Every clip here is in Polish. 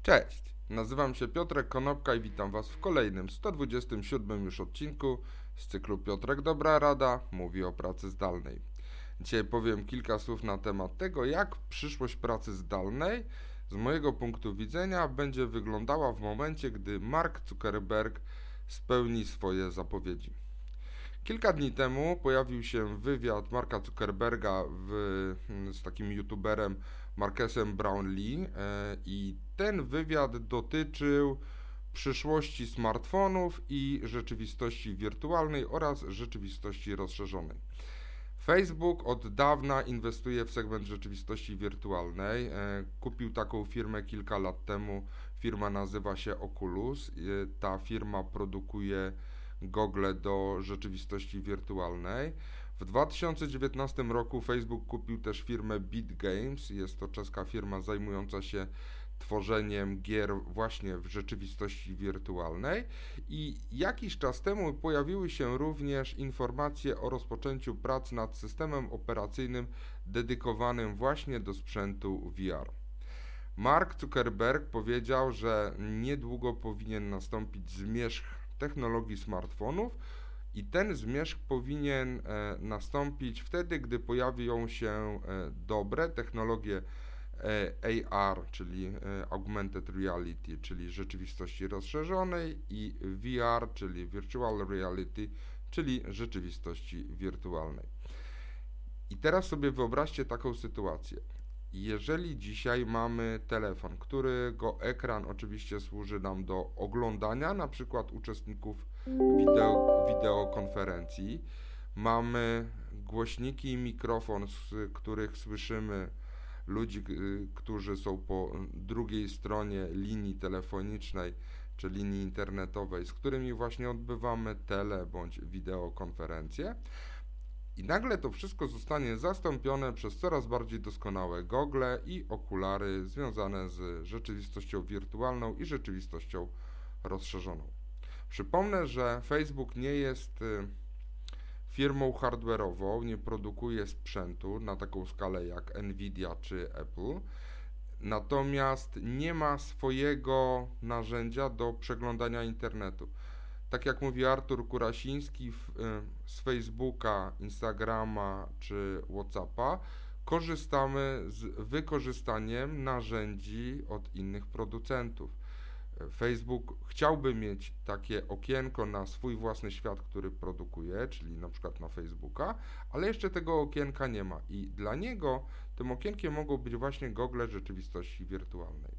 Cześć, nazywam się Piotrek Konopka i witam Was w kolejnym 127 już odcinku z cyklu Piotrek Dobra Rada mówi o pracy zdalnej. Dzisiaj powiem kilka słów na temat tego, jak przyszłość pracy zdalnej z mojego punktu widzenia będzie wyglądała w momencie, gdy Mark Zuckerberg spełni swoje zapowiedzi. Kilka dni temu pojawił się wywiad Marka Zuckerberga z takim youtuberem Marquesem Brownlee i ten wywiad dotyczył przyszłości smartfonów i rzeczywistości wirtualnej oraz rzeczywistości rozszerzonej. Facebook od dawna inwestuje w segment rzeczywistości wirtualnej. Kupił taką firmę kilka lat temu. Firma nazywa się Oculus. Ta firma produkuje gogle do rzeczywistości wirtualnej. W 2019 roku Facebook kupił też firmę Beat Games. Jest to czeska firma zajmująca się tworzeniem gier właśnie w rzeczywistości wirtualnej i jakiś czas temu pojawiły się również informacje o rozpoczęciu prac nad systemem operacyjnym dedykowanym właśnie do sprzętu VR. Mark Zuckerberg powiedział, że niedługo powinien nastąpić zmierzch technologii smartfonów i ten zmierzch powinien nastąpić wtedy, gdy pojawią się dobre technologie AR, czyli Augmented Reality, czyli rzeczywistości rozszerzonej i VR, czyli Virtual Reality, czyli rzeczywistości wirtualnej. I teraz sobie wyobraźcie taką sytuację. Jeżeli dzisiaj mamy telefon, którego ekran oczywiście służy nam do oglądania, na przykład uczestników wideokonferencji, mamy głośniki i mikrofon, z których słyszymy ludzi, którzy są po drugiej stronie linii telefonicznej czy linii internetowej, z którymi właśnie odbywamy bądź wideokonferencje. I nagle to wszystko zostanie zastąpione przez coraz bardziej doskonałe gogle i okulary związane z rzeczywistością wirtualną i rzeczywistością rozszerzoną. Przypomnę, że Facebook nie jest firmą hardware'ową, nie produkuje sprzętu na taką skalę jak Nvidia czy Apple, natomiast nie ma swojego narzędzia do przeglądania internetu. Tak jak mówi Artur Kurasiński, z Facebooka, Instagrama czy Whatsappa korzystamy z wykorzystaniem narzędzi od innych producentów. Facebook chciałby mieć takie okienko na swój własny świat, który produkuje, czyli na przykład na Facebooka, ale jeszcze tego okienka nie ma i dla niego tym okienkiem mogą być właśnie gogle rzeczywistości wirtualnej.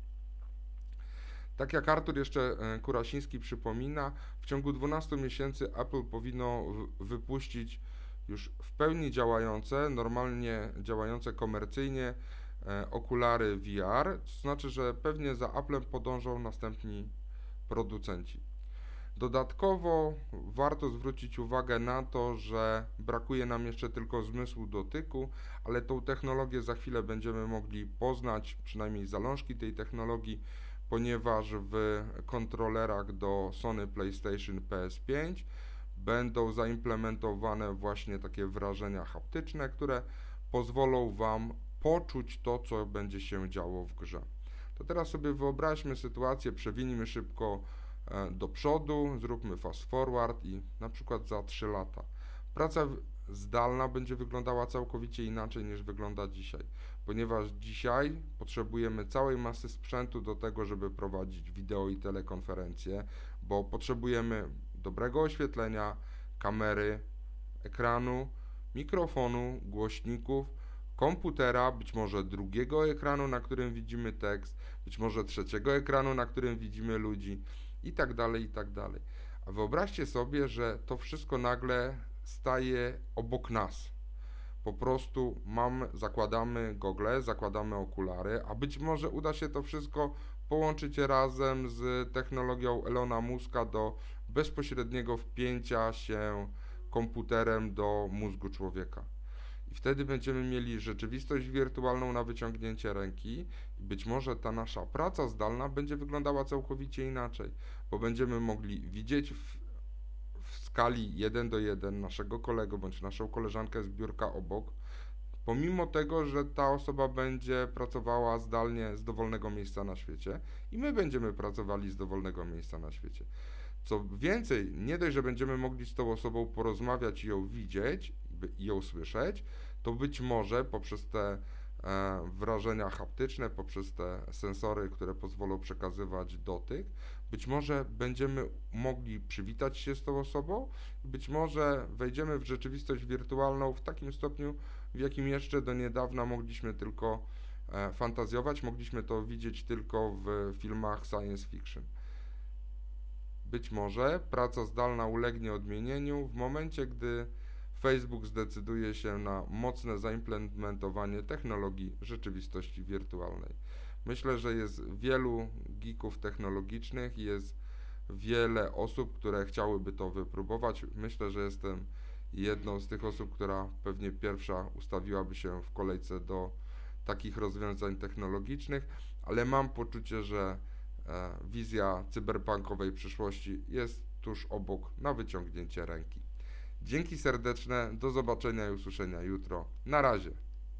Tak jak Artur jeszcze Kurasiński przypomina, w ciągu 12 miesięcy Apple powinno wypuścić już w pełni działające, normalnie działające komercyjnie okulary VR, to znaczy, że pewnie za Applem podążą następni producenci. Dodatkowo warto zwrócić uwagę na to, że brakuje nam jeszcze tylko zmysłu dotyku, ale tą technologię za chwilę będziemy mogli poznać, przynajmniej zalążki tej technologii, ponieważ w kontrolerach do Sony PlayStation PS5 będą zaimplementowane właśnie takie wrażenia haptyczne, które pozwolą Wam poczuć to, co będzie się działo w grze. To teraz sobie wyobraźmy sytuację, przewinijmy szybko do przodu, zróbmy fast forward i na przykład za 3 lata. Praca zdalna będzie wyglądała całkowicie inaczej niż wygląda dzisiaj, ponieważ dzisiaj potrzebujemy całej masy sprzętu do tego, żeby prowadzić wideo i telekonferencje, bo potrzebujemy dobrego oświetlenia, kamery, ekranu, mikrofonu, głośników, komputera, być może drugiego ekranu, na którym widzimy tekst, być może trzeciego ekranu, na którym widzimy ludzi i tak dalej, i tak dalej. A wyobraźcie sobie, że to wszystko nagle staje obok nas. Po prostu zakładamy gogle, zakładamy okulary, a być może uda się to wszystko połączyć razem z technologią Elona Muska do bezpośredniego wpięcia się komputerem do mózgu człowieka. I wtedy będziemy mieli rzeczywistość wirtualną na wyciągnięcie ręki i być może ta nasza praca zdalna będzie wyglądała całkowicie inaczej, bo będziemy mogli widzieć w skali 1:1 naszego kolegę bądź naszą koleżankę z biurka obok, pomimo tego, że ta osoba będzie pracowała zdalnie z dowolnego miejsca na świecie i my będziemy pracowali z dowolnego miejsca na świecie. Co więcej, nie dość, że będziemy mogli z tą osobą porozmawiać i ją widzieć i ją słyszeć, to być może poprzez te wrażenia haptyczne, poprzez te sensory, które pozwolą przekazywać dotyk, być może będziemy mogli przywitać się z tą osobą, być może wejdziemy w rzeczywistość wirtualną w takim stopniu, w jakim jeszcze do niedawna mogliśmy tylko fantazjować, mogliśmy to widzieć tylko w filmach science fiction. Być może praca zdalna ulegnie odmienieniu w momencie, gdy Facebook zdecyduje się na mocne zaimplementowanie technologii rzeczywistości wirtualnej. Myślę, że jest wielu geeków technologicznych, jest wiele osób, które chciałyby to wypróbować. Myślę, że jestem jedną z tych osób, która pewnie pierwsza ustawiłaby się w kolejce do takich rozwiązań technologicznych, ale mam poczucie, że wizja cyberpunkowej przyszłości jest tuż obok, na wyciągnięcie ręki. Dzięki serdeczne, do zobaczenia i usłyszenia jutro. Na razie.